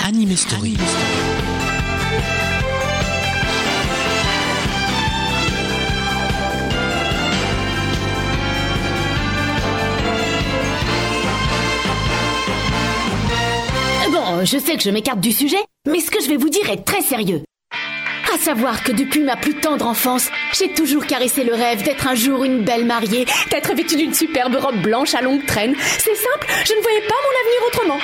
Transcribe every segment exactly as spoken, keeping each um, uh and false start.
Anime Story. Bon, je sais que je m'écarte du sujet, mais ce que je vais vous dire est très sérieux. À savoir que depuis ma plus tendre enfance, j'ai toujours caressé le rêve d'être un jour une belle mariée, d'être vêtue d'une superbe robe blanche à longue traîne. C'est simple, je ne voyais pas mon avenir autrement.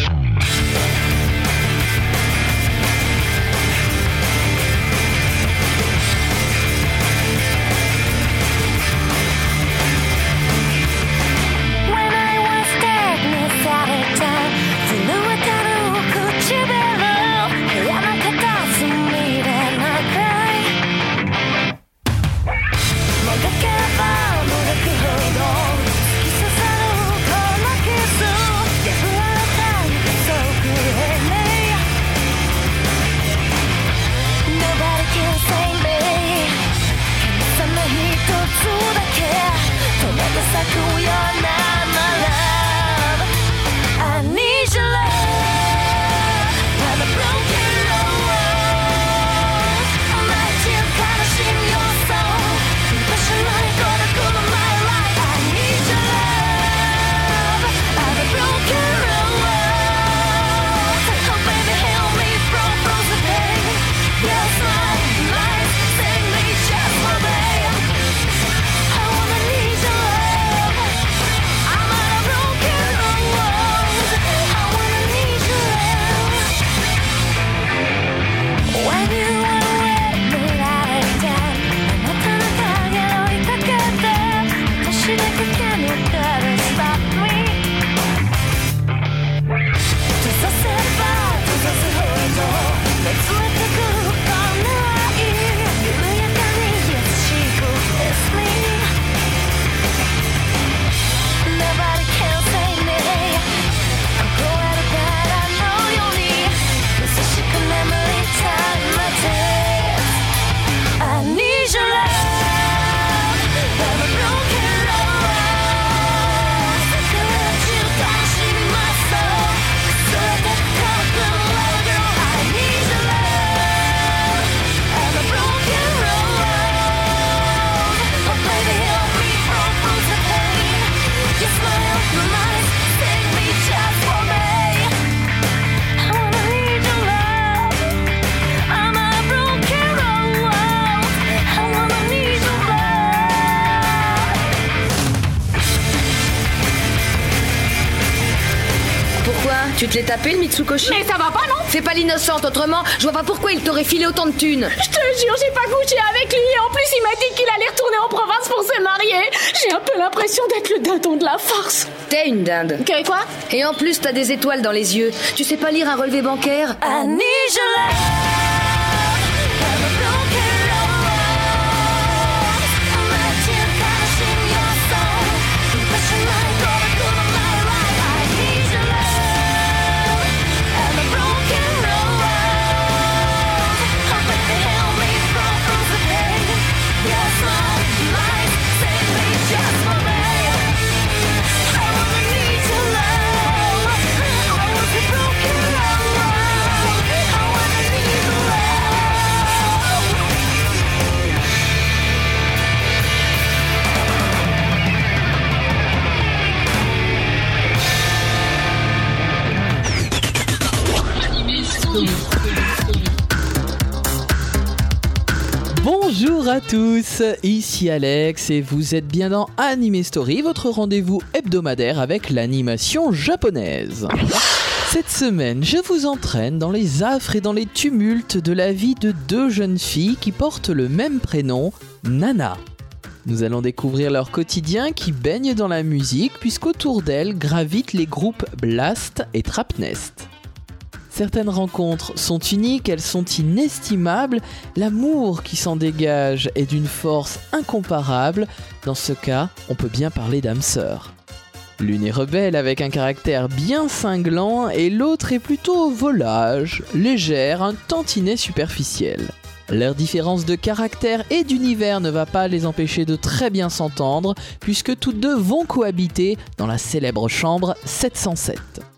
Tu te l'es tapé, le Mitsukoshi? Mais ça va pas, non? Fais pas l'innocente, autrement, je vois pas pourquoi il t'aurait filé autant de thunes. Je te jure, j'ai pas couché avec lui et en plus il m'a dit qu'il allait retourner en province pour se marier. J'ai un peu l'impression d'être le dindon de la farce. T'es une dinde. Que quoi? Et en plus, t'as des étoiles dans les yeux. Tu sais pas lire un relevé bancaire? Annie, je l'aime. Bonjour à tous, ici Alex et vous êtes bien dans Anime Story, votre rendez-vous hebdomadaire avec l'animation japonaise. Cette semaine, je vous entraîne dans les affres et dans les tumultes de la vie de deux jeunes filles qui portent le même prénom, Nana. Nous allons découvrir leur quotidien qui baigne dans la musique puisqu'autour d'elles gravitent les groupes Blast et Trapnest. Certaines rencontres sont uniques, elles sont inestimables, l'amour qui s'en dégage est d'une force incomparable, dans ce cas, on peut bien parler d'âme sœur. L'une est rebelle avec un caractère bien cinglant et l'autre est plutôt volage, légère, un tantinet superficiel. Leur différence de caractère et d'univers ne va pas les empêcher de très bien s'entendre, puisque toutes deux vont cohabiter dans la célèbre chambre sept cent sept.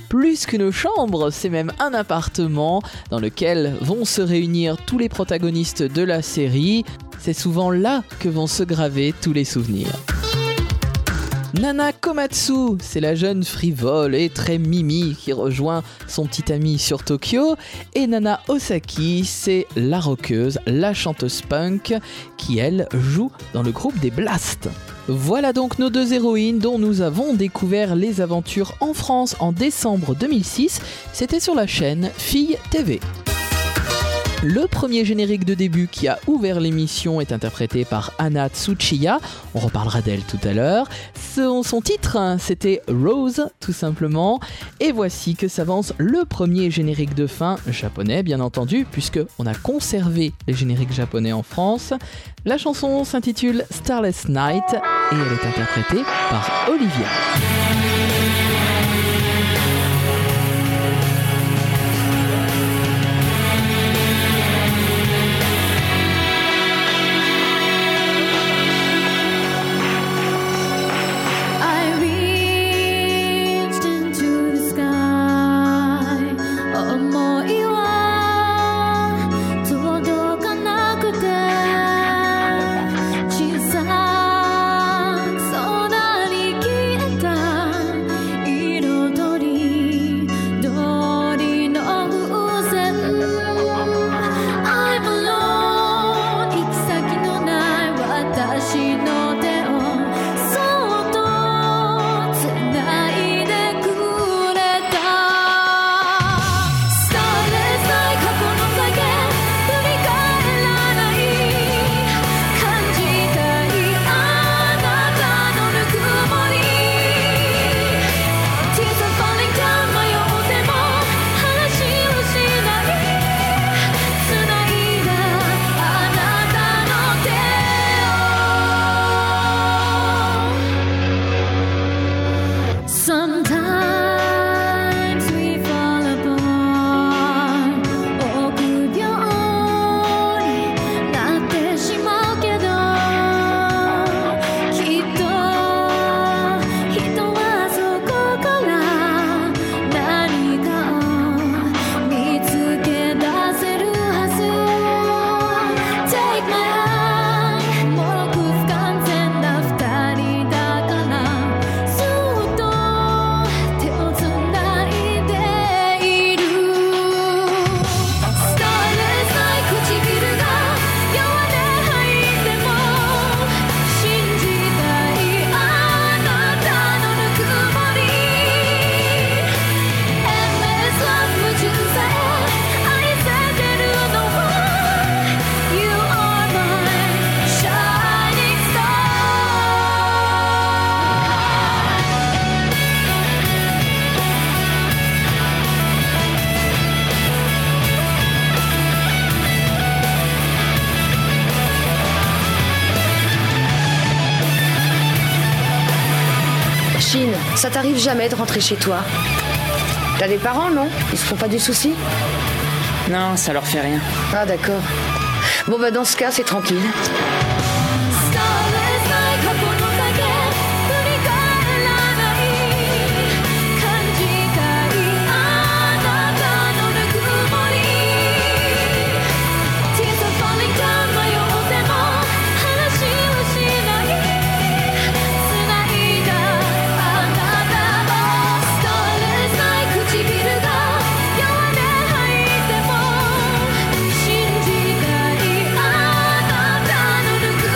plus qu'une chambre, c'est même un appartement dans lequel vont se réunir tous les protagonistes de la série. C'est souvent là que vont se graver tous les souvenirs. Nana Komatsu, c'est la jeune frivole et très mimi qui rejoint son petit ami sur Tokyo. Et Nana Osaki, c'est la rockeuse, la chanteuse punk qui, elle, joue dans le groupe des Blast. Voilà donc nos deux héroïnes dont nous avons découvert les aventures en France en décembre deux mille six. C'était sur la chaîne Filles T V. Le premier générique de début qui a ouvert l'émission est interprété par Anna Tsuchiya, on reparlera d'elle tout à l'heure. Son, son titre, hein, c'était Rose, tout simplement. Et voici que s'avance le premier générique de fin japonais, bien entendu, puisque on a conservé les génériques japonais en France. La chanson s'intitule Starless Night et elle est interprétée par Olivia. Ça t'arrive jamais de rentrer chez toi? T'as des parents, non? Ils se font pas du souci? Non, ça leur fait rien. Ah d'accord. Bon bah dans ce cas, c'est tranquille. Starless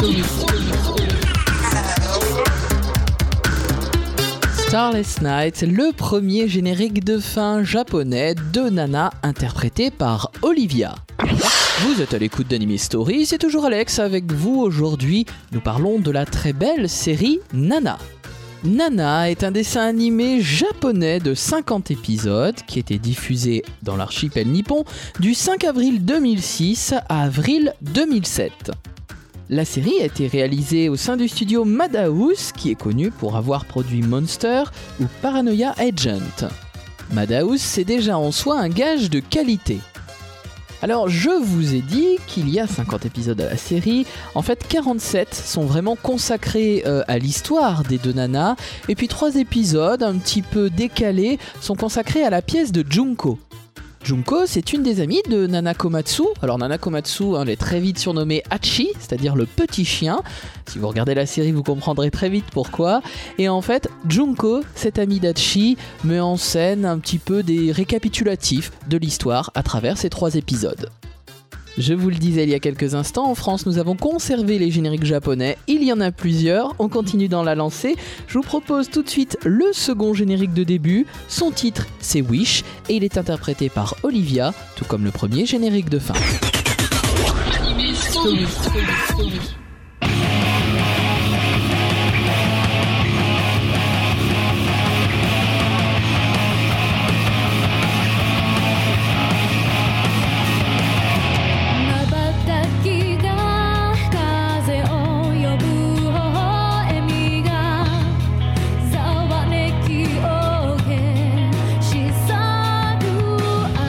Starless Night, le premier générique de fin japonais de Nana interprété par Olivia. Vous êtes à l'écoute d'Anime Story, c'est toujours Alex avec vous aujourd'hui. Nous parlons de la très belle série Nana. Nana est un dessin animé japonais de cinquante épisodes qui était diffusé dans l'archipel nippon du cinq avril deux mille six à avril deux mille sept. La série a été réalisée au sein du studio Madhouse, qui est connu pour avoir produit Monster ou Paranoia Agent. Madhouse, c'est déjà en soi un gage de qualité. Alors, je vous ai dit qu'il y a cinquante épisodes à la série. En fait, quarante-sept sont vraiment consacrés euh, à l'histoire des deux nanas. Et puis trois épisodes, un petit peu décalés, sont consacrés à la pièce de Junko. Junko, c'est une des amies de Nana Komatsu. Alors Nana Komatsu, hein, elle est très vite surnommée Hachi, c'est-à-dire le petit chien. Si vous regardez la série, vous comprendrez très vite pourquoi. Et en fait, Junko, cette amie d'Hachi, met en scène un petit peu des récapitulatifs de l'histoire à travers ces trois épisodes. Je vous le disais il y a quelques instants, en France nous avons conservé les génériques japonais, il y en a plusieurs, on continue dans la lancée. Je vous propose tout de suite le second générique de début, son titre c'est Wish et il est interprété par Olivia, tout comme le premier générique de fin.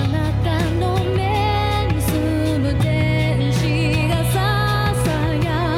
Yeah.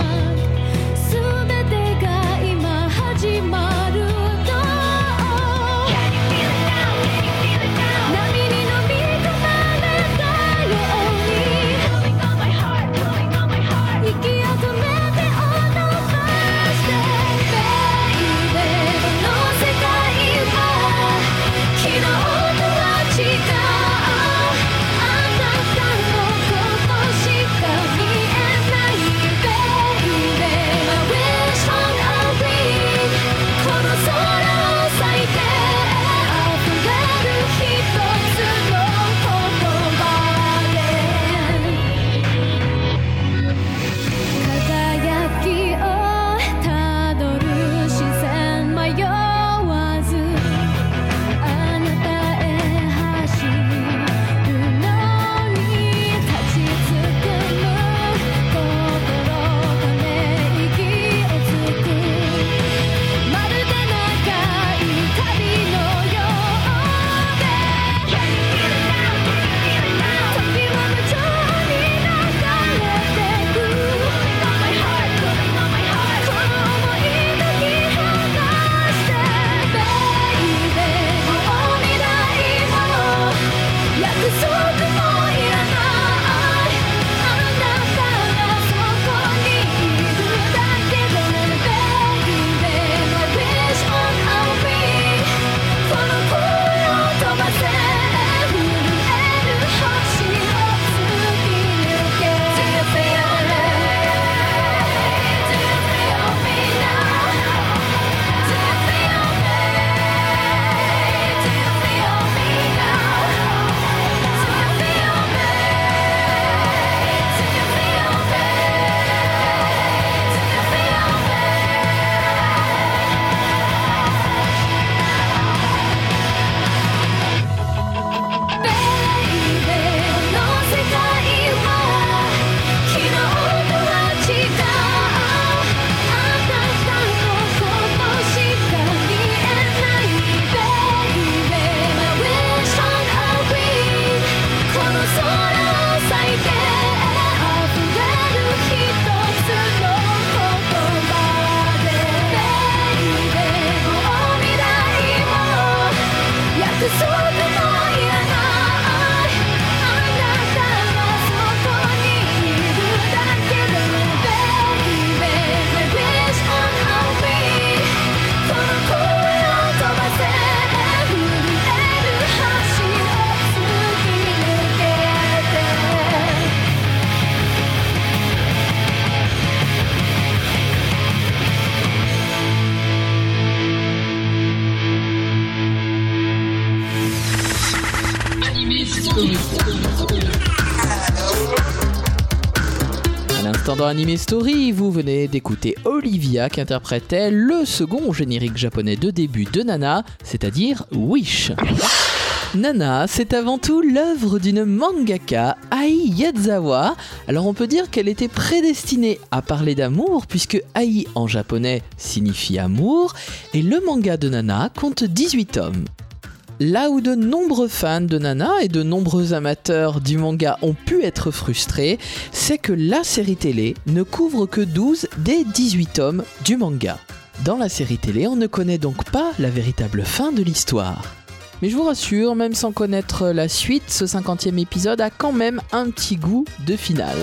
l'instant dans Anime Story, vous venez d'écouter Olivia qui interprétait le second générique japonais de début de Nana, c'est-à-dire Wish. Nana, c'est avant tout l'œuvre d'une mangaka, Ai Yazawa. Alors on peut dire qu'elle était prédestinée à parler d'amour, puisque Ai en japonais signifie amour, et le manga de Nana compte dix-huit tomes. Là où de nombreux fans de Nana et de nombreux amateurs du manga ont pu être frustrés, c'est que la série télé ne couvre que douze des dix-huit tomes du manga. Dans la série télé, on ne connaît donc pas la véritable fin de l'histoire. Mais je vous rassure, même sans connaître la suite, ce cinquantième épisode a quand même un petit goût de finale.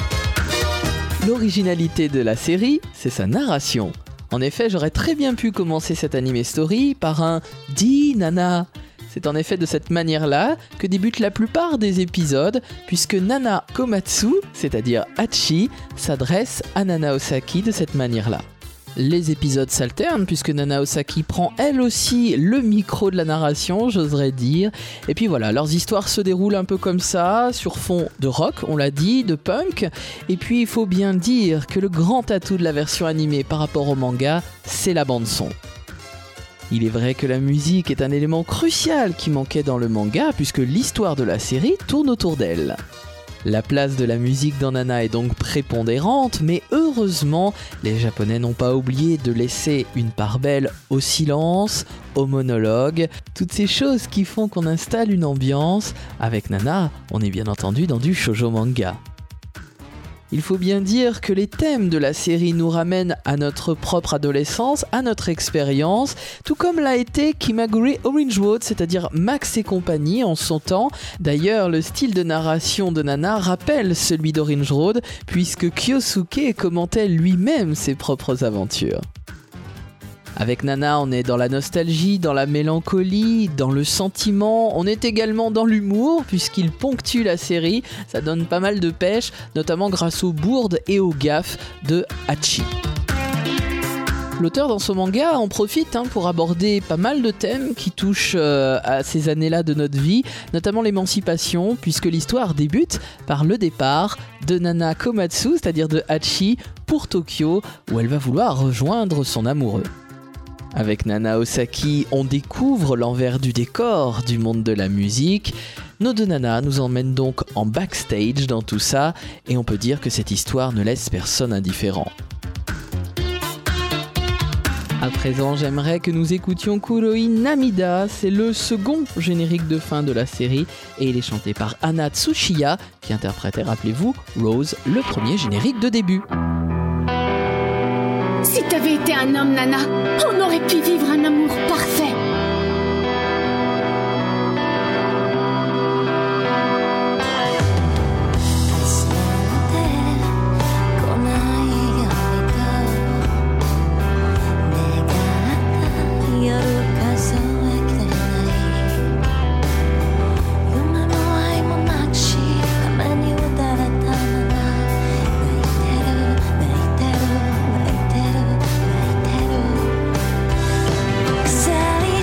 L'originalité de la série, c'est sa narration. En effet, j'aurais très bien pu commencer cette anime story par un « Dis Nana ». C'est en effet de cette manière-là que débutent la plupart des épisodes, puisque Nana Komatsu, c'est-à-dire Hachi, s'adresse à Nana Osaki de cette manière-là. Les épisodes s'alternent puisque Nana Osaki prend elle aussi le micro de la narration, j'oserais dire. Et puis voilà, leurs histoires se déroulent un peu comme ça, sur fond de rock, on l'a dit, de punk. Et puis il faut bien dire que le grand atout de la version animée par rapport au manga, c'est la bande-son. Il est vrai que la musique est un élément crucial qui manquait dans le manga puisque l'histoire de la série tourne autour d'elle. La place de la musique dans Nana est donc prépondérante, mais heureusement, les Japonais n'ont pas oublié de laisser une part belle au silence, au monologue, toutes ces choses qui font qu'on installe une ambiance. Avec Nana, on est bien entendu dans du shoujo manga. Il faut bien dire que les thèmes de la série nous ramènent à notre propre adolescence, à notre expérience, tout comme l'a été Kimagure Orange Road, c'est-à-dire Max et compagnie en son temps. D'ailleurs, le style de narration de Nana rappelle celui d'Orange Road, puisque Kyosuke commentait lui-même ses propres aventures. Avec Nana, on est dans la nostalgie, dans la mélancolie, dans le sentiment. On est également dans l'humour, puisqu'il ponctue la série. Ça donne pas mal de pêche, notamment grâce aux bourdes et aux gaffes de Hachi. L'auteur dans son manga en profite hein, pour aborder pas mal de thèmes qui touchent euh, à ces années-là de notre vie, notamment l'émancipation, puisque l'histoire débute par le départ de Nana Komatsu, c'est-à-dire de Hachi, pour Tokyo, où elle va vouloir rejoindre son amoureux. Avec Nana Osaki, on découvre l'envers du décor du monde de la musique. Nos deux nanas nous emmènent donc en backstage dans tout ça, et on peut dire que cette histoire ne laisse personne indifférent. À présent, j'aimerais que nous écoutions Kuroi Namida, c'est le second générique de fin de la série, et il est chanté par Anna Tsushiya, qui interprétait, rappelez-vous, Rose, le premier générique de début. Si t'avais été un homme, Nana, on aurait pu vivre un amour parfait. Sally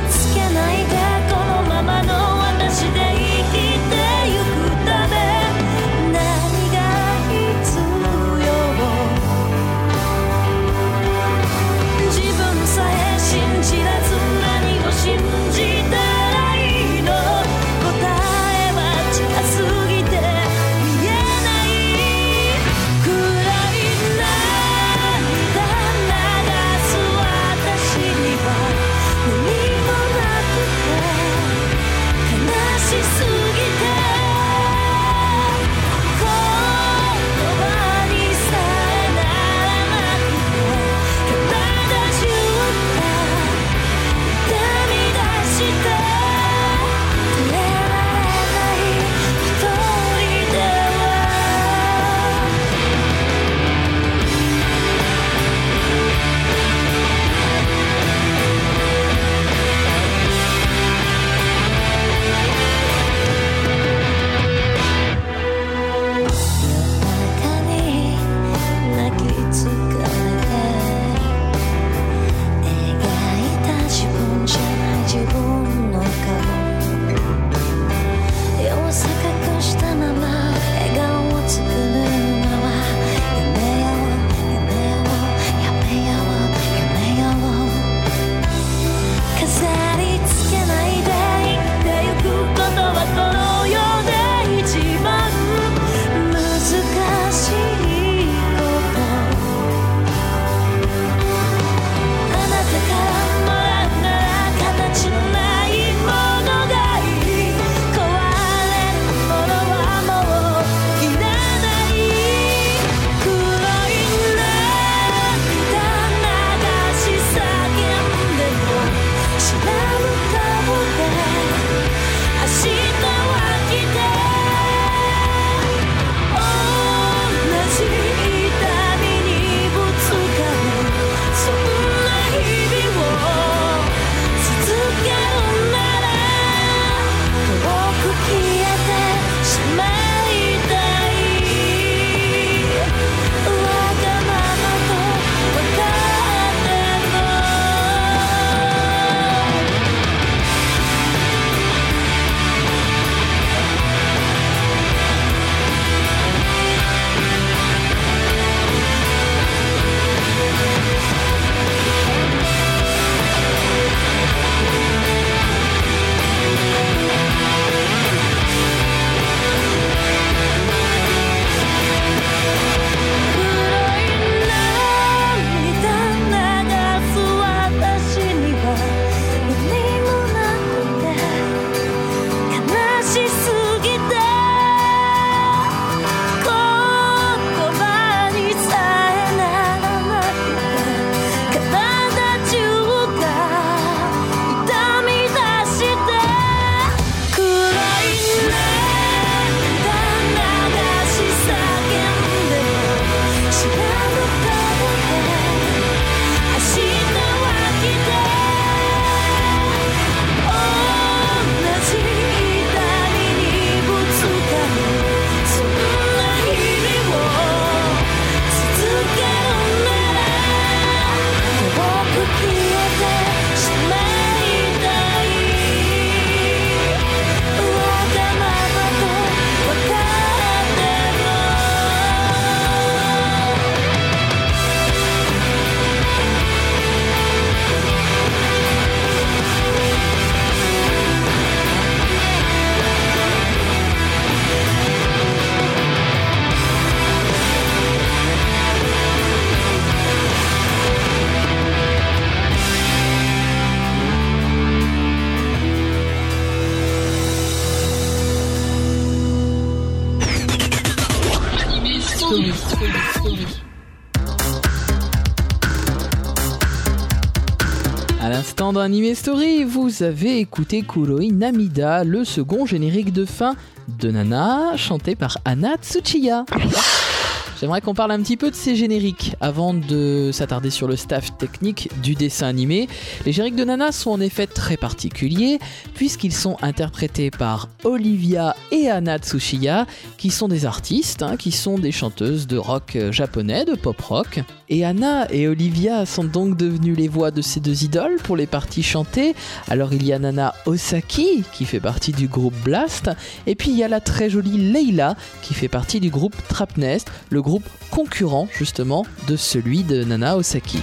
À l'instant d'Anime Story, vous avez écouté Kuroi Namida, le second générique de fin de Nana, chanté par Anna Tsuchiya. J'aimerais qu'on parle un petit peu de ces génériques avant de s'attarder sur le staff technique du dessin animé. Les génériques de Nana sont en effet très particuliers puisqu'ils sont interprétés par Olivia et Anna Tsuchiya qui sont des artistes, hein, qui sont des chanteuses de rock japonais, de pop rock. Et Anna et Olivia sont donc devenues les voix de ces deux idoles pour les parties chantées. Alors il y a Nana Osaki qui fait partie du groupe Blast et puis il y a la très jolie Leila qui fait partie du groupe Trap Nest, le groupe concurrent justement de celui de Nana Osaki.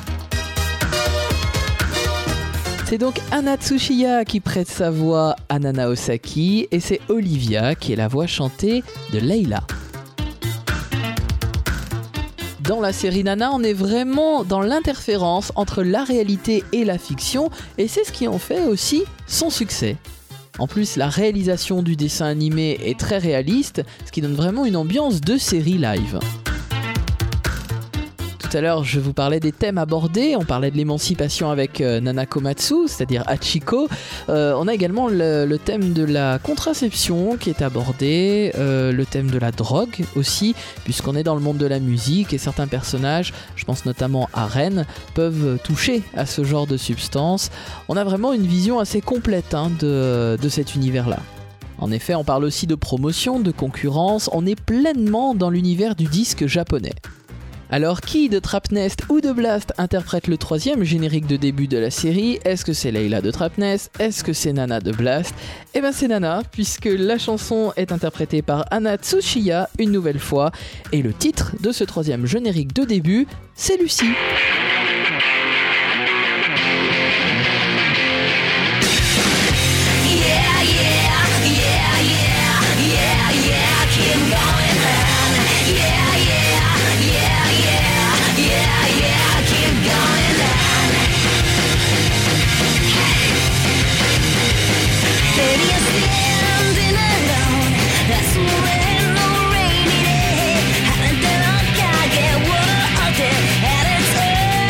C'est donc Anna Tsuchiya qui prête sa voix à Nana Osaki et c'est Olivia qui est la voix chantée de Leila. Dans la série Nana, on est vraiment dans l'interférence entre la réalité et la fiction et c'est ce qui en fait aussi son succès. En plus, la réalisation du dessin animé est très réaliste, ce qui donne vraiment une ambiance de série live. Tout à l'heure, je vous parlais des thèmes abordés, on parlait de l'émancipation avec euh, Nana Komatsu, c'est-à-dire Hachiko. Euh, on a également le, le thème de la contraception qui est abordé, euh, le thème de la drogue aussi, puisqu'on est dans le monde de la musique et certains personnages, je pense notamment à Ren, peuvent toucher à ce genre de substance. On a vraiment une vision assez complète hein, de, de cet univers-là. En effet, on parle aussi de promotion, de concurrence, on est pleinement dans l'univers du disque japonais. Alors, qui de Trap Nest ou de Blast interprète le troisième générique de début de la série ? Est-ce que c'est Leila de Trap Nest ? Est-ce que c'est Nana de Blast ? Eh ben c'est Nana, puisque la chanson est interprétée par Anna Tsuchiya une nouvelle fois, et le titre de ce troisième générique de début, c'est Lucie. At its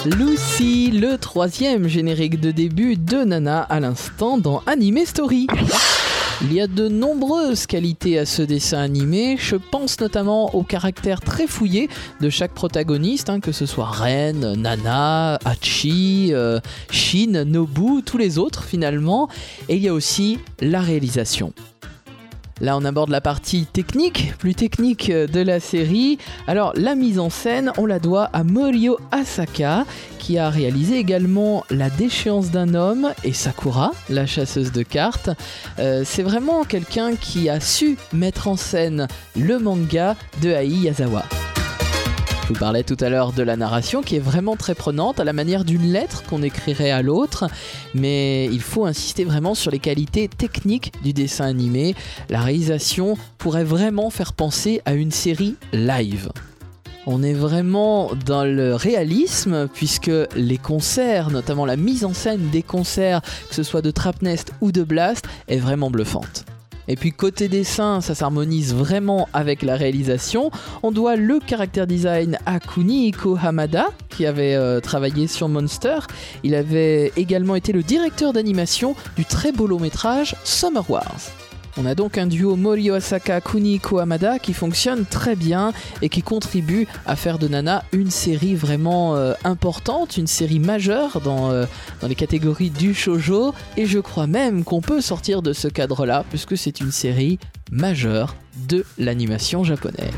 Lucy, le troisième générique de début de Nana à l'instant dans Anime Story. Il y a de nombreuses qualités à ce dessin animé, je pense notamment au caractère très fouillé de chaque protagoniste, hein, que ce soit Ren, Nana, Hachi, euh, Shin, Nobu, tous les autres finalement, et il y a aussi la réalisation. Là, on aborde la partie technique, plus technique de la série. Alors, la mise en scène, on la doit à Morio Asaka, qui a réalisé également La déchéance d'un homme et Sakura, la chasseuse de cartes. Euh, c'est vraiment quelqu'un qui a su mettre en scène le manga de Ai Yazawa. Je vous parlais tout à l'heure de la narration qui est vraiment très prenante à la manière d'une lettre qu'on écrirait à l'autre, mais il faut insister vraiment sur les qualités techniques du dessin animé. La réalisation pourrait vraiment faire penser à une série live. On est vraiment dans le réalisme puisque les concerts, notamment la mise en scène des concerts, que ce soit de Trapnest ou de Blast, est vraiment bluffante. Et puis côté dessin, ça s'harmonise vraiment avec la réalisation. On doit le character design à Kunihiko Hamada, qui avait euh, travaillé sur Monster. Il avait également été le directeur d'animation du très beau long métrage Summer Wars. On a donc un duo Morio Asaka Kunihiko Hamada qui fonctionne très bien et qui contribue à faire de Nana une série vraiment euh, importante, une série majeure dans, euh, dans les catégories du shoujo, et je crois même qu'on peut sortir de ce cadre-là puisque c'est une série majeure de l'animation japonaise.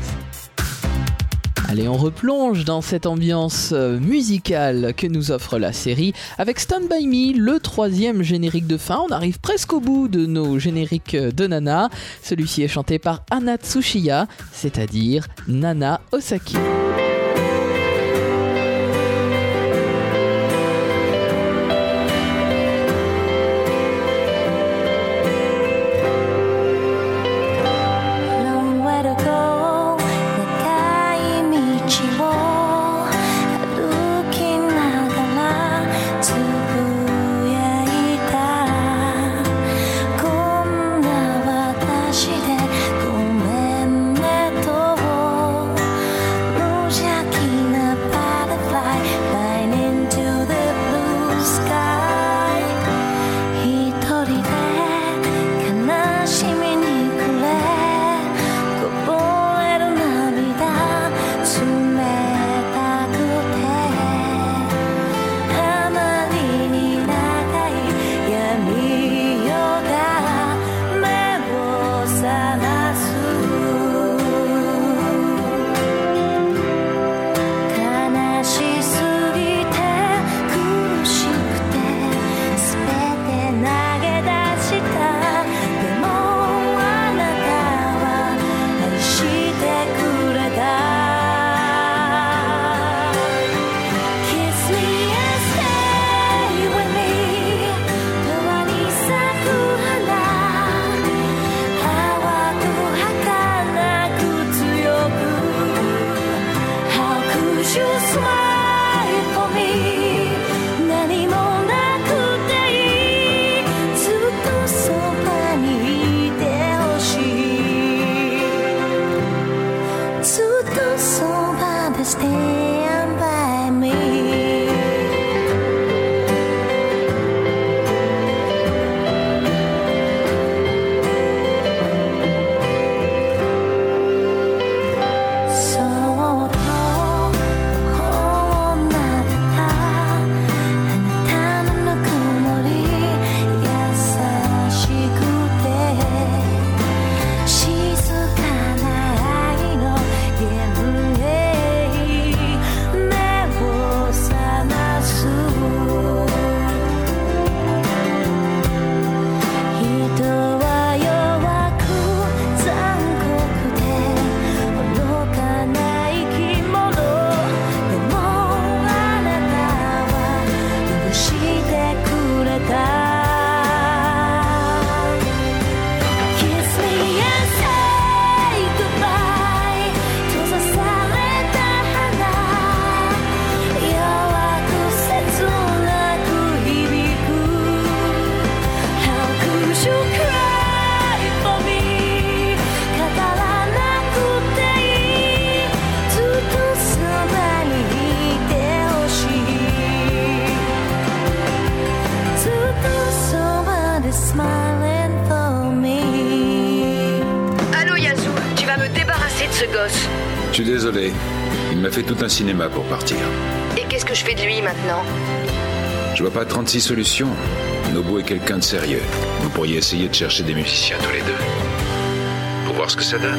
Allez, on replonge dans cette ambiance musicale que nous offre la série avec Stand By Me, le troisième générique de fin. On arrive presque au bout de nos génériques de Nana. Celui-ci est chanté par Anna Tsushiya, c'est-à-dire Nana Osaki. No Je suis désolé. Il m'a fait tout un cinéma pour partir. Et qu'est-ce que je fais de lui maintenant? Je vois pas trente-six solutions. Nobu est quelqu'un de sérieux. Vous pourriez essayer de chercher des musiciens tous les deux. Pour voir ce que ça donne.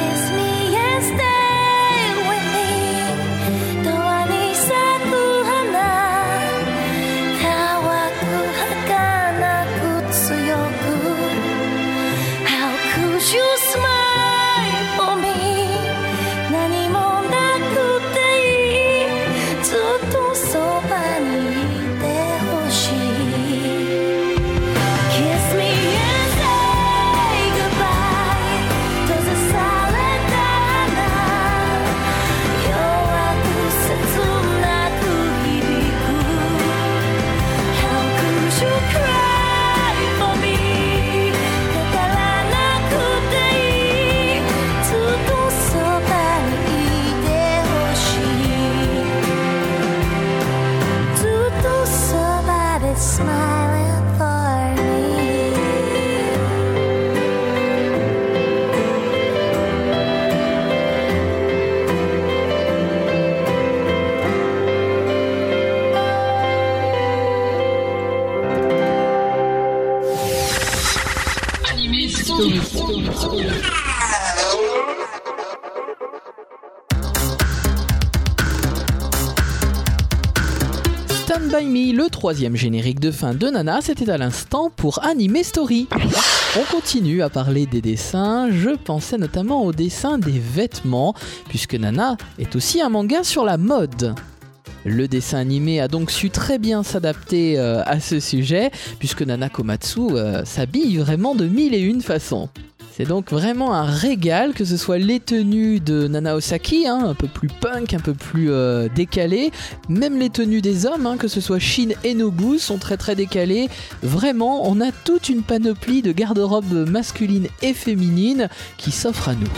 Stand By Me, le troisième générique de fin de Nana, c'était à l'instant pour Anime Story. On continue à parler des dessins, je pensais notamment au dessin des vêtements, puisque Nana est aussi un manga sur la mode. Le dessin animé a donc su très bien s'adapter euh, à ce sujet, puisque Nana Komatsu euh, s'habille vraiment de mille et une façons. C'est donc vraiment un régal, que ce soit les tenues de Nana Osaki, hein, un peu plus punk, un peu plus euh, décalées, même les tenues des hommes, hein, que ce soit Shin et Nobu, sont très très décalées. Vraiment, on a toute une panoplie de garde-robe masculine et féminine qui s'offre à nous.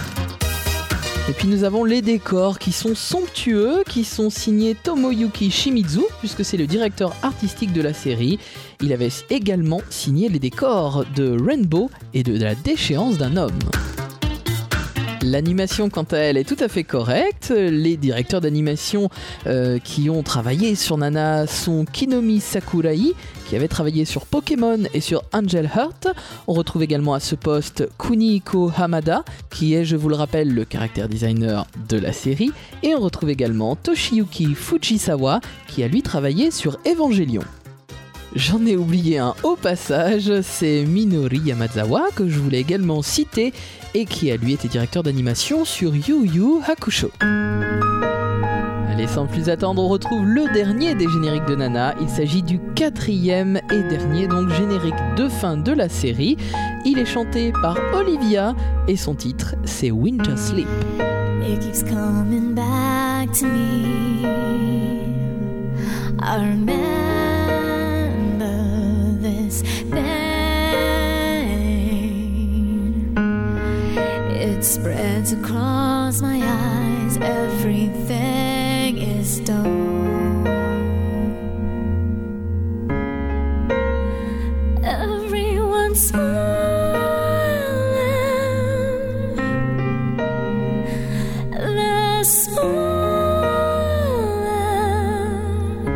Et puis nous avons les décors qui sont somptueux, qui sont signés Tomoyuki Shimizu, puisque c'est le directeur artistique de la série. Il avait également signé les décors de Rainbow et de la déchéance d'un homme. L'animation, quant à elle, est tout à fait correcte. Les directeurs d'animation euh, qui ont travaillé sur Nana sont Kinomi Sakurai, qui avait travaillé sur Pokémon et sur Angel Heart. On retrouve également à ce poste Kunihiko Hamada, qui est, je vous le rappelle, le character designer de la série. Et on retrouve également Toshiyuki Fujisawa, qui a lui travaillé sur Evangelion. J'en ai oublié un au passage, c'est Minori Yamazawa, que je voulais également citer, et qui a lui été directeur d'animation sur Yu Yu Hakusho. Allez, sans plus attendre, on retrouve le dernier des génériques de Nana. Il s'agit du quatrième et dernier, donc générique de fin de la série. Il est chanté par Olivia, et son titre, c'est Winter Sleep. It keeps coming back to me. I remember this pain. It spreads across my eyes. Everything is stone. Everyone's smiling. They're smiling.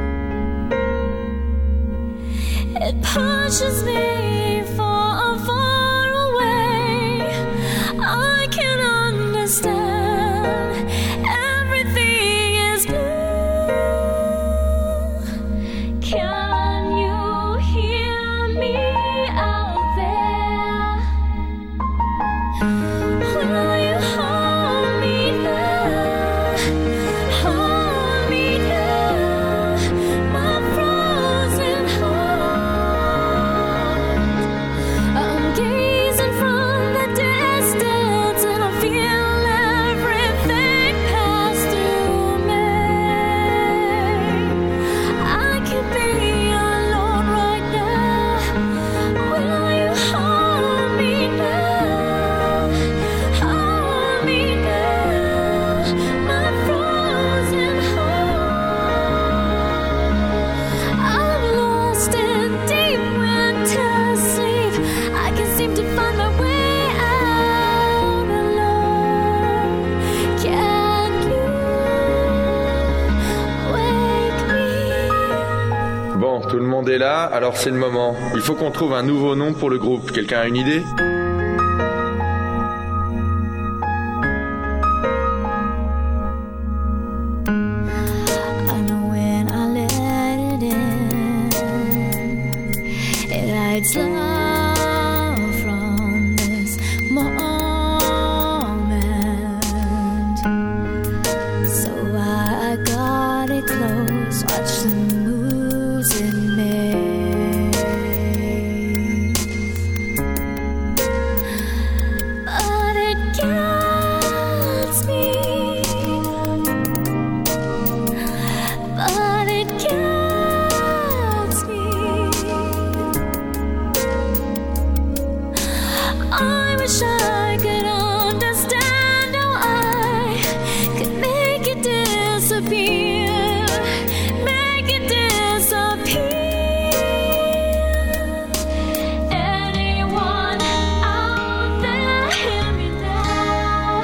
It pushes me far, far away. I can understand. Everything is blue. Can you hear me out there? Will you hold me there? Hold me there, my frozen heart. Bon, tout le monde est là, alors c'est le moment. Il faut qu'on trouve un nouveau nom pour le groupe. Quelqu'un a une idée ? It's love from this moment. So I got it close, watch the moves it made. But it gets me. But it gets me. I wish I could understand how I could make it disappear, make it disappear. Anyone out there hear me now?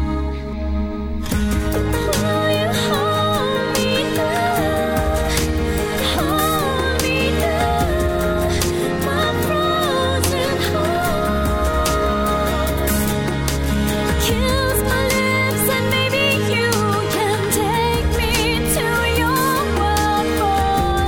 Will you hold me now? Hold me now, my frozen heart. Kiss my lips and maybe you can take me to your world for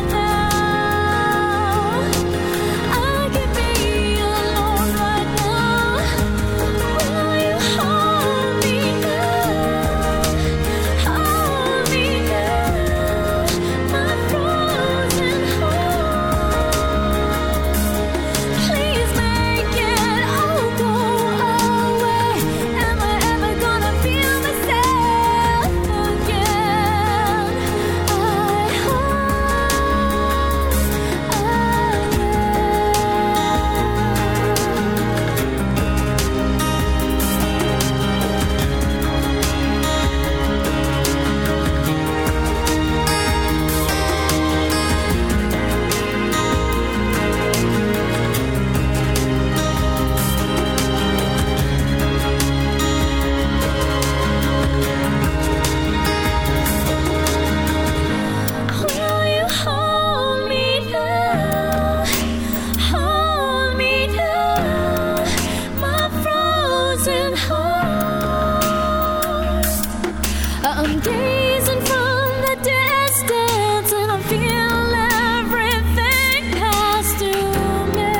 now. I could be alone right now. Will you hold me now? Hold me now, my frozen heart. Please make it all go away. Am I ever gonna feel myself again? I Will you hold me now? Hold me now, my frozen heart. I'm gazing from the distance and I feel everything pass through me.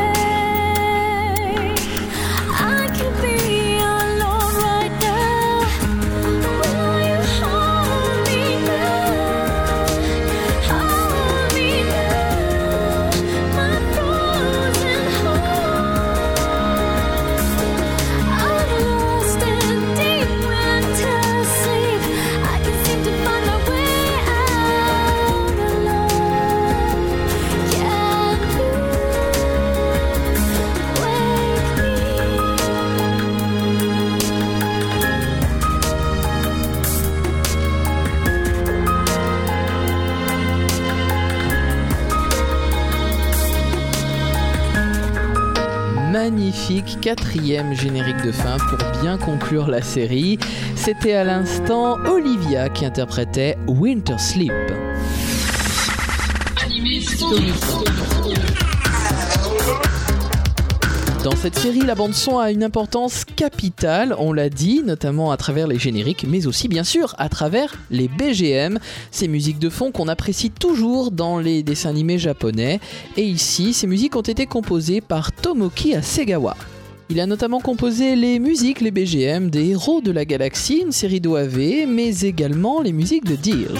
I could be alone right now. Will you hold me now? Hold me now, my frozen heart. I'm lost in deep winter sleep. I can't seem to find my way out alone. Can you wake me? Magnifique quatrième générique de fin pour bien conclure la série. C'était à l'instant Olivia qui interprétait Winter Sleep. Dans cette série, la bande-son a une importance capitale, on l'a dit, notamment à travers les génériques, mais aussi bien sûr à travers les B G M, ces musiques de fond qu'on apprécie toujours dans les dessins animés japonais. Et ici, ces musiques ont été composées par Tomoki Hasegawa. Il a notamment composé les musiques, les B G M des Héros de la Galaxie, une série d'O A V, mais également les musiques de Dears.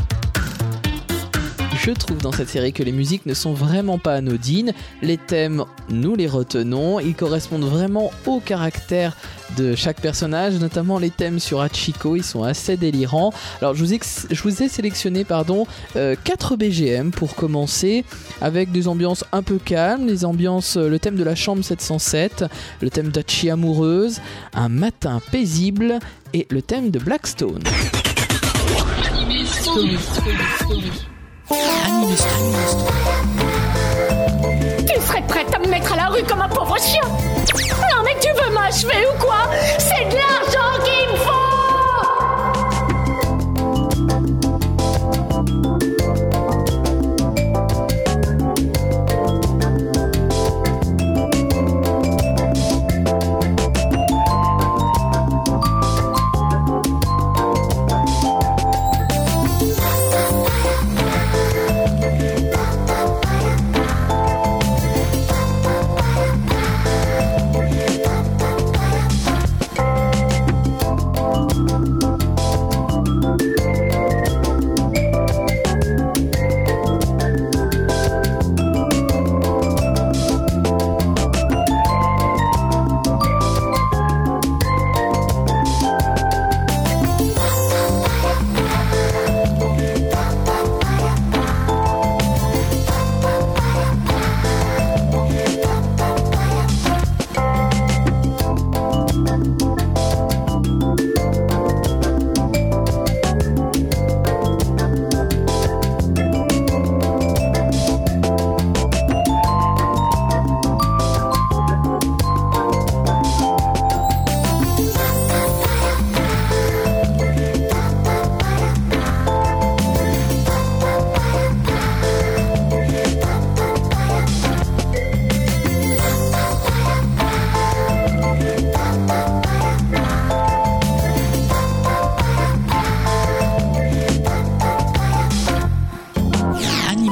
Je trouve dans cette série que les musiques ne sont vraiment pas anodines. Les thèmes, nous les retenons. Ils correspondent vraiment au caractère de chaque personnage, notamment les thèmes sur Hachiko. Ils sont assez délirants. Alors, je vous ai, je vous ai sélectionné pardon, euh, quatre B G M pour commencer, avec des ambiances un peu calmes. Les ambiances, le thème de la chambre sept cent sept, le thème d'Hachi amoureuse, un matin paisible et le thème de Blackstone. Story, story, story. Tu serais prête à me mettre à la rue comme un pauvre chien? Non mais tu veux m'achever ou quoi? C'est de l'argent qu'il me faut!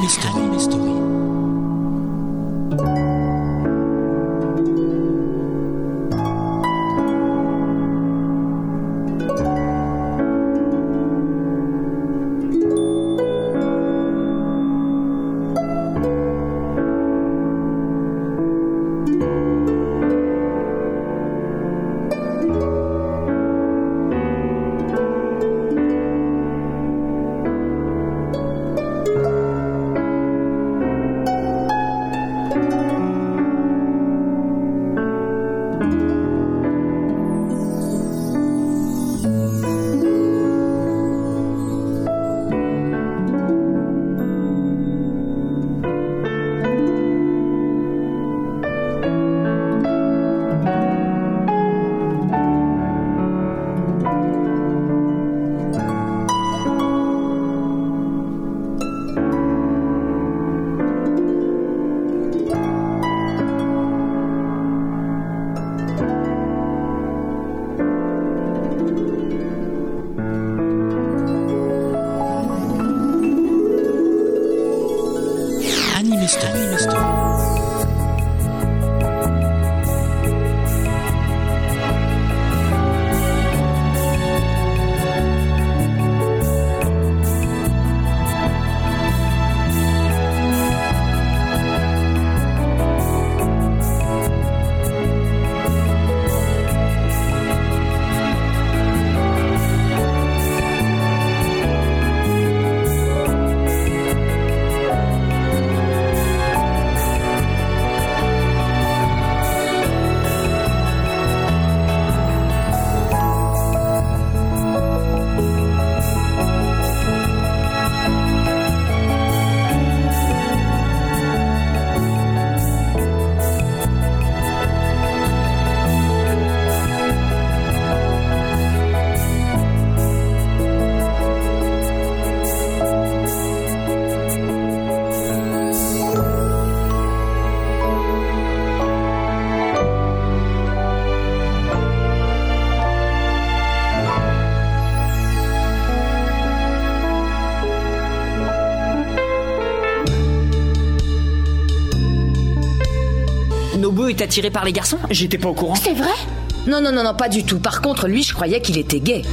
Anime Story. Anime Story. Anime Story. Anime Story. Nobuo est attiré par les garçons? J'étais pas au courant. C'est vrai? Non, non, non, non, pas du tout. Par contre, lui, je croyais qu'il était gay.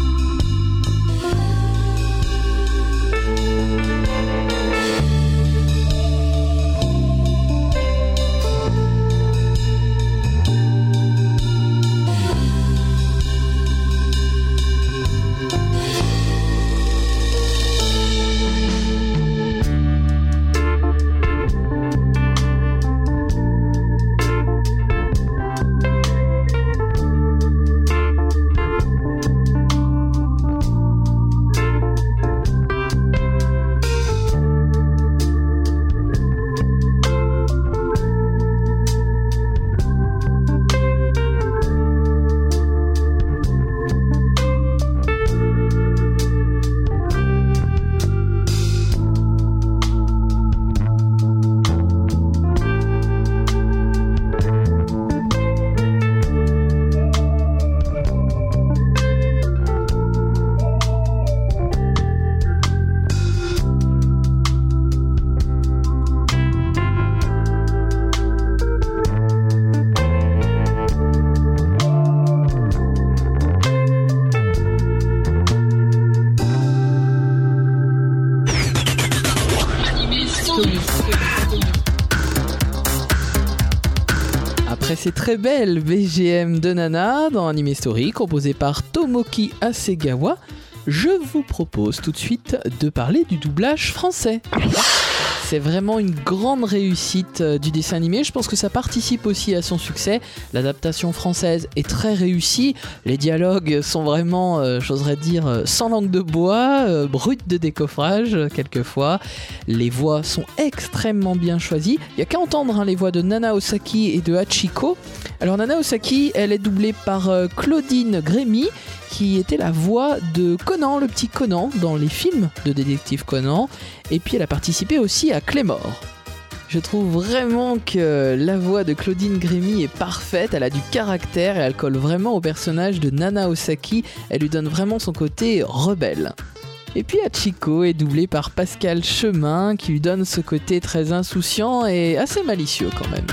Après ces très belles B G M de Nana dans Anime Story, composé par Tomoki Hasegawa, je vous propose tout de suite de parler du doublage français. C'est vraiment une grande réussite du dessin animé, je pense que ça participe aussi à son succès. L'adaptation française est très réussie, les dialogues sont vraiment, euh, j'oserais dire, euh, sans langue de bois, euh, bruts de décoffrage euh, quelquefois. Les voix sont extrêmement bien choisies, il n'y a qu'à entendre hein, les voix de Nana Osaki et de Hachiko. Alors Nana Osaki, elle est doublée par euh, Claudine Grémy, qui était la voix de Conan, le petit Conan, dans les films de Détective Conan, et puis elle a participé aussi à Clémor. Je trouve vraiment que la voix de Claudine Grémy est parfaite, elle a du caractère et elle colle vraiment au personnage de Nana Osaki, elle lui donne vraiment son côté rebelle. Et puis Hachiko est doublé par Pascal Chemin qui lui donne ce côté très insouciant et assez malicieux quand même.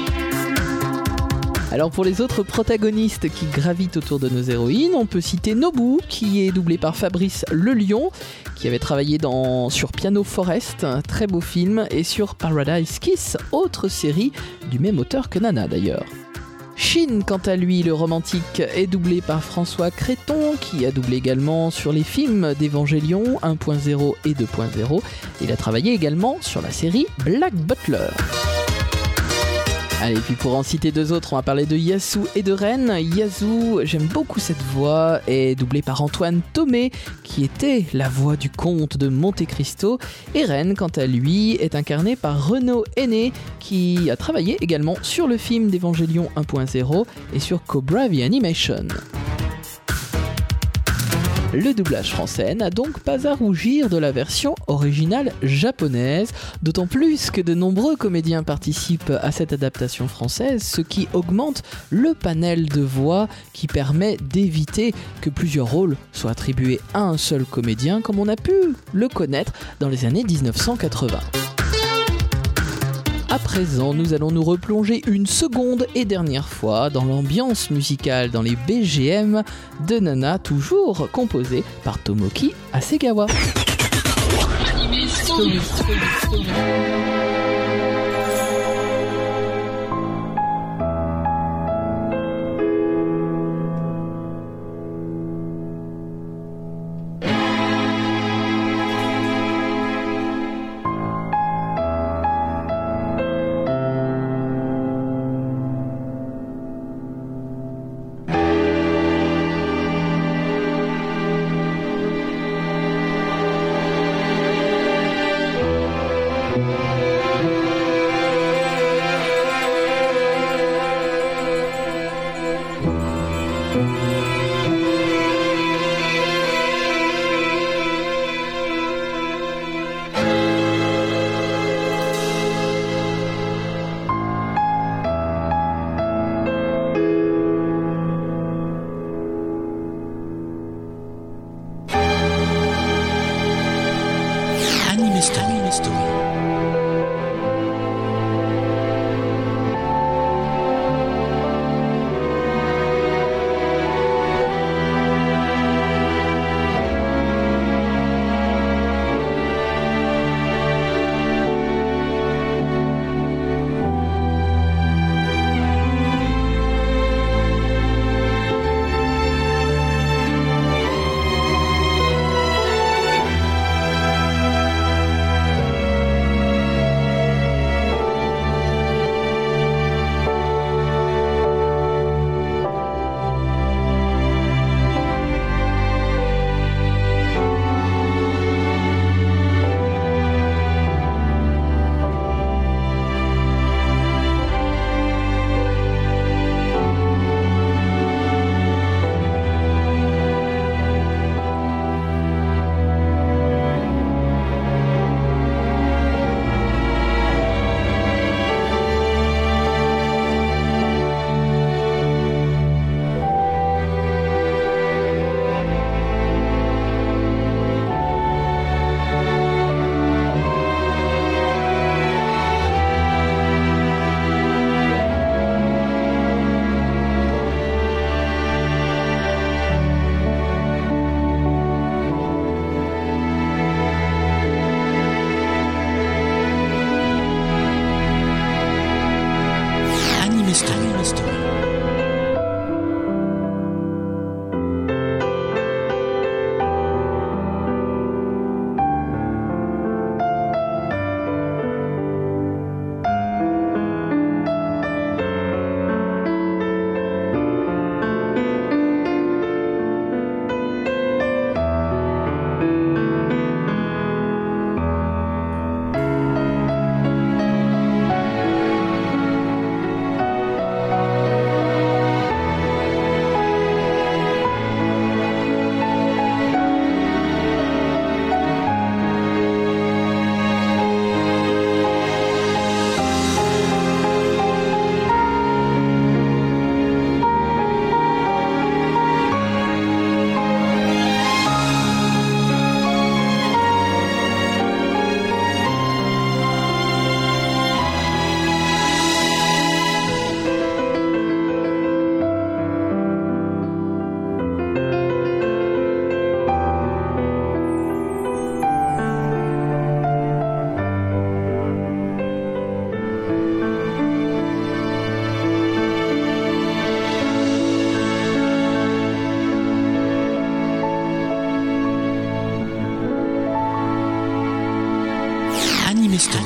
Alors pour les autres protagonistes qui gravitent autour de nos héroïnes, on peut citer Nobu qui est doublé par Fabrice Lelion qui avait travaillé dans, sur Piano Forest, un très beau film, et sur Paradise Kiss, autre série du même auteur que Nana d'ailleurs. Shin, quant à lui, le romantique, est doublé par François Créton, qui a doublé également sur les films d'Evangélion un point zéro et deux point zéro. Il a travaillé également sur la série Black Butler. Allez, puis pour en citer deux autres, on va parler de Yasu et de Ren. Yasu, j'aime beaucoup cette voix, est doublée par Antoine Thomé, qui était la voix du comte de Monte Cristo. Et Ren, quant à lui, est incarné par Renaud Aîné, qui a travaillé également sur le film d'Evangélion un point zéro et sur Cobra The Animation. Le doublage français n'a donc pas à rougir de la version originale japonaise, d'autant plus que de nombreux comédiens participent à cette adaptation française, ce qui augmente le panel de voix qui permet d'éviter que plusieurs rôles soient attribués à un seul comédien comme on a pu le connaître dans les années dix-neuf cent quatre-vingts. À présent, nous allons nous replonger une seconde et dernière fois dans l'ambiance musicale dans les B G M de Nana, toujours composée par Tomoki Hasegawa.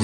Story.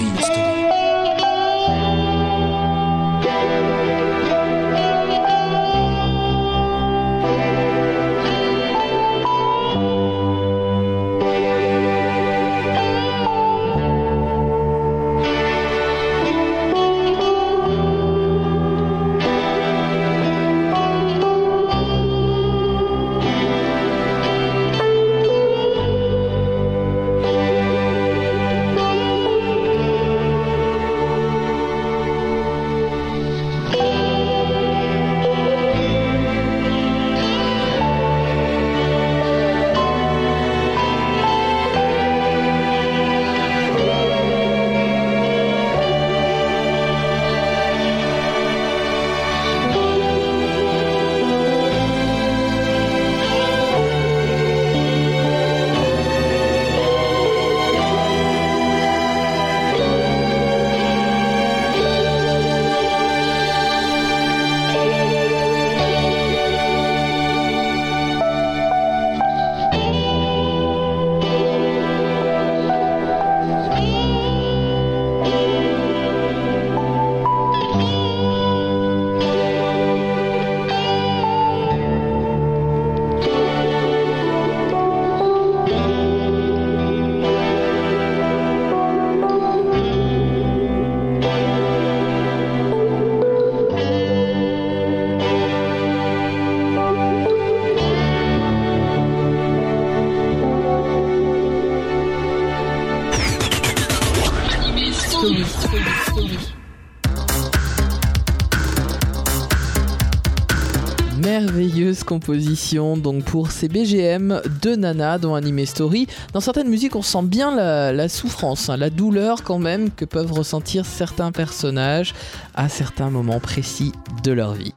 Merveilleuse composition donc pour ces B G M de Nana dans Anime Story. Dans certaines musiques on sent bien la, la souffrance, hein, la douleur quand même que peuvent ressentir certains personnages à certains moments précis de leur vie.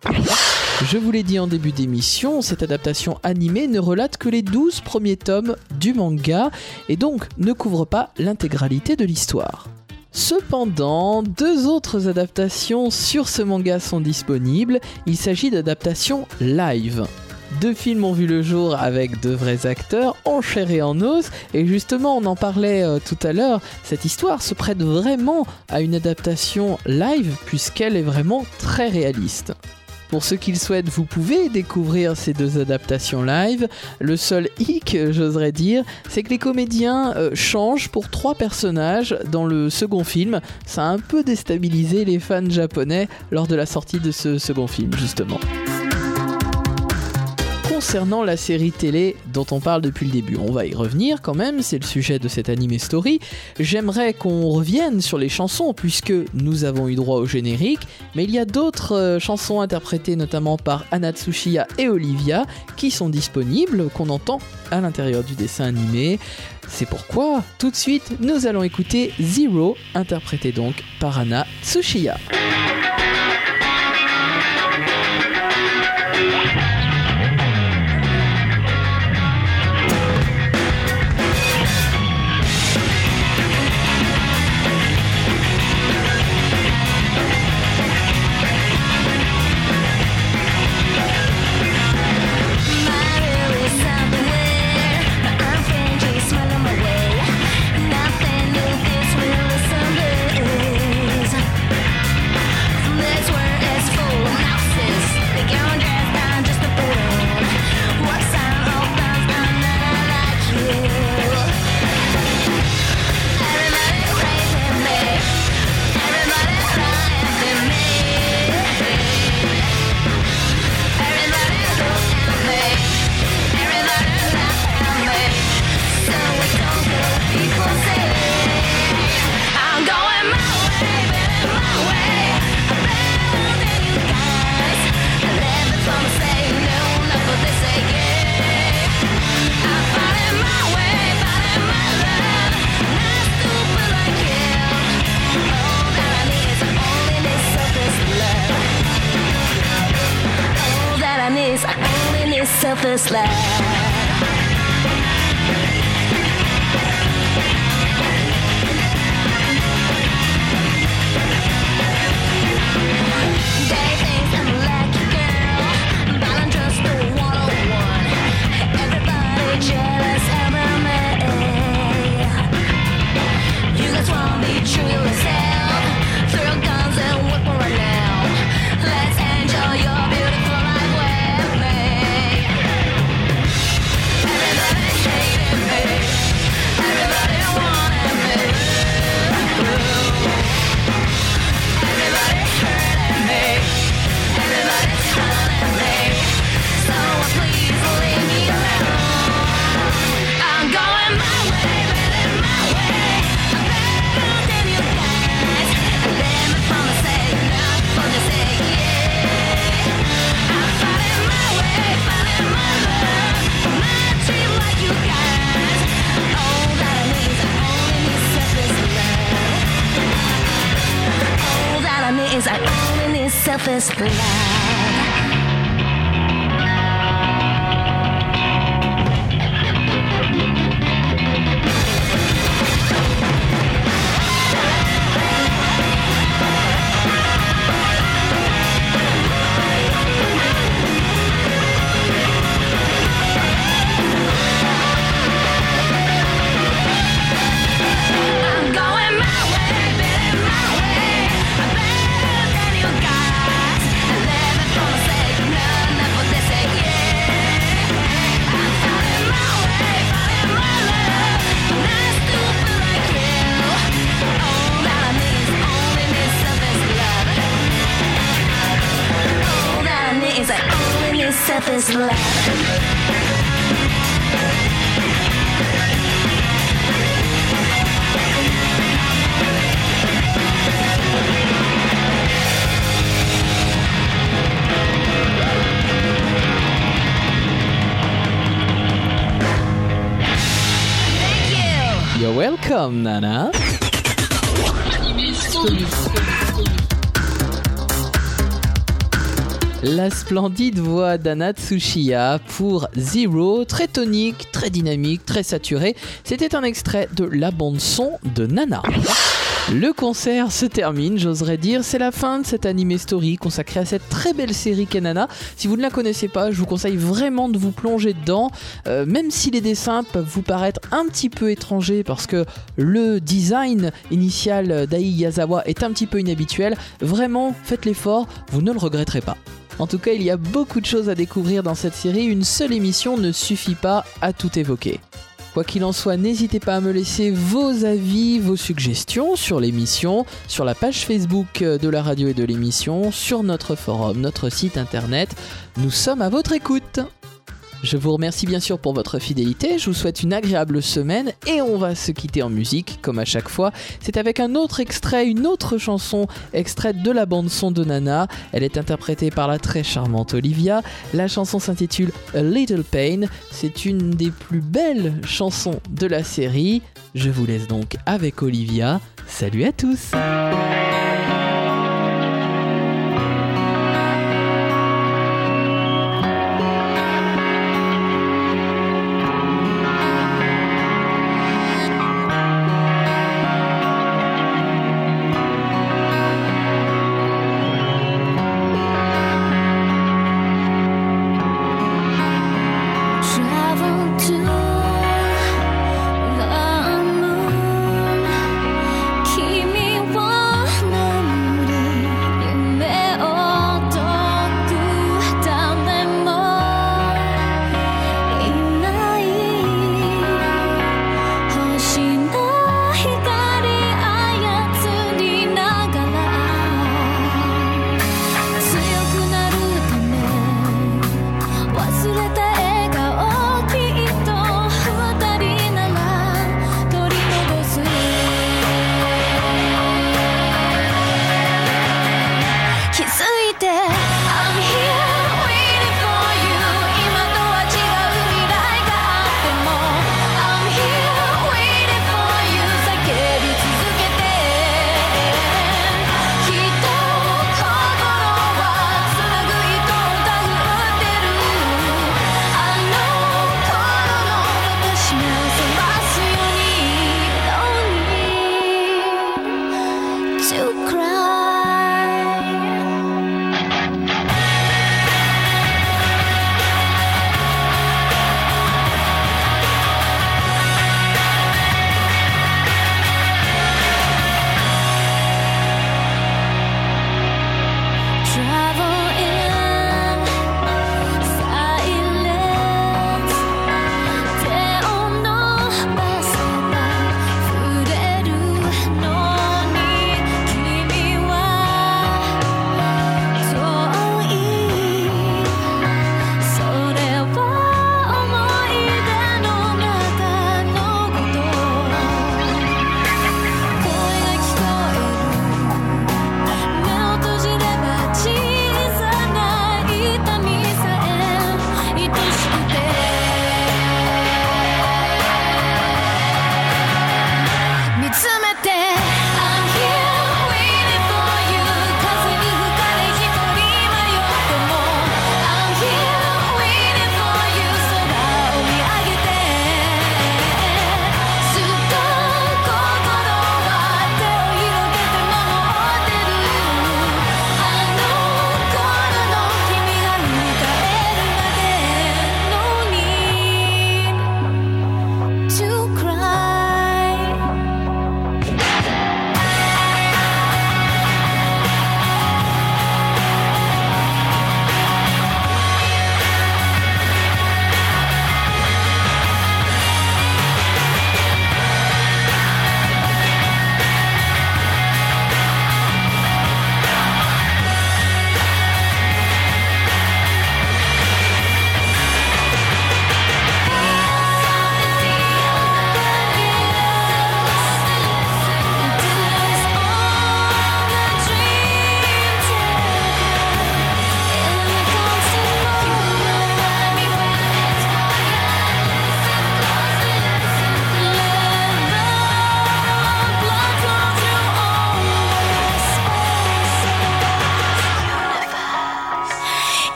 Je vous l'ai dit en début d'émission, cette adaptation animée ne relate que les douze premiers tomes du manga et donc ne couvre pas l'intégralité de l'histoire. Cependant, deux autres adaptations sur ce manga sont disponibles. Il s'agit d'adaptations live. Deux films ont vu le jour avec de vrais acteurs en chair et en os, et justement on en parlait euh, tout à l'heure, cette histoire se prête vraiment à une adaptation live puisqu'elle est vraiment très réaliste. Pour ceux qui le souhaitent, vous pouvez découvrir ces deux adaptations live. Le seul hic, j'oserais dire, c'est que les comédiens euh, changent pour trois personnages dans le second film. Ça a un peu déstabilisé les fans japonais lors de la sortie de ce second film, justement. Concernant la série télé dont on parle depuis le début, on va y revenir quand même, c'est le sujet de cette Anime Story. J'aimerais qu'on revienne sur les chansons puisque nous avons eu droit au générique, mais il y a d'autres euh, chansons interprétées notamment par Anna Tsuchiya et Olivia qui sont disponibles, qu'on entend à l'intérieur du dessin animé. C'est pourquoi, tout de suite, nous allons écouter Zero, interprété donc par Anna Tsuchiya. Selfless love. Jealous of me. You guys won't be true. is our only selfish love. Selfish love. You're welcome, Nana. La splendide voix d'Anna Tsuchiya pour Zero, très tonique, très dynamique, très saturé. C'était un extrait de la bande-son de Nana. Le concert se termine, j'oserais dire, c'est la fin de cette anime story consacrée à cette très belle série qu'est Nana. Si vous ne la connaissez pas, je vous conseille vraiment de vous plonger dedans, euh, même si les dessins peuvent vous paraître un petit peu étrangers parce que le design initial d'Ai Yazawa est un petit peu inhabituel. Vraiment, faites l'effort, vous ne le regretterez pas. En tout cas, il y a beaucoup de choses à découvrir dans cette série, une seule émission ne suffit pas à tout évoquer. Quoi qu'il en soit, n'hésitez pas à me laisser vos avis, vos suggestions sur l'émission, sur la page Facebook de la radio et de l'émission, sur notre forum, notre site internet. Nous sommes à votre écoute. Je vous remercie bien sûr pour votre fidélité, je vous souhaite une agréable semaine et on va se quitter en musique, comme à chaque fois. C'est avec un autre extrait, une autre chanson extraite de la bande-son de Nana. Elle est interprétée par la très charmante Olivia. La chanson s'intitule A Little Pain. C'est une des plus belles chansons de la série. Je vous laisse donc avec Olivia. Salut à tous! Travel to the moon. Kimi wa namuru yume o toku dare mo inai. Hoshi no hikari ayatsuri nagara tsuyoku naru tame wasureta笑顔きっと二人なら取り戻す気づいて I'm here waiting for you 今とは違う未来があっても I'm here waiting for you 叫び続けてきっと心はつなぐ糸を手繰ってるあの頃の私も探すように No need to cry Travel in silence 手を伸ばせば触れるのに君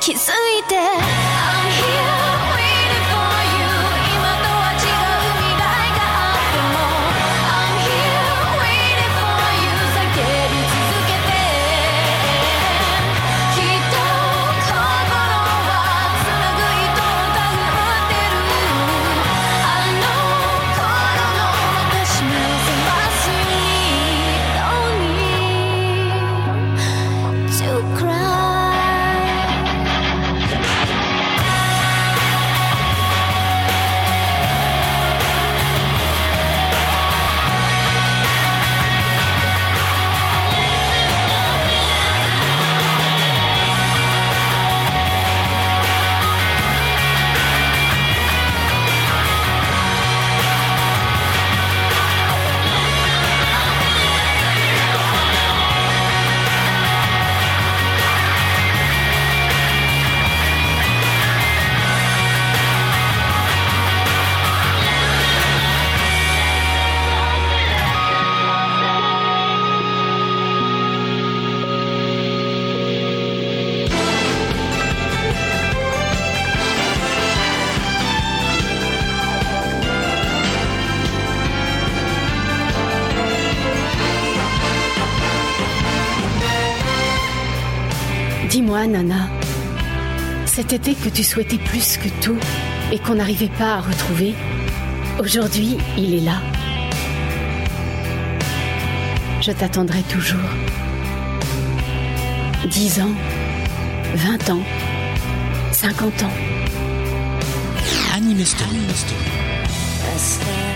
気づいて I'm here waiting for you 今とは違う未来があっても I'm here waiting for you 叫び続けてきっと心は紡ぐ糸を手繰ってるあの頃の私も探すに Don't need to cry Dis-moi, Nana, cet été que tu souhaitais plus que tout et qu'on n'arrivait pas à retrouver, aujourd'hui, il est là. Je t'attendrai toujours. Dix ans, vingt ans, cinquante ans. Anime Story. A star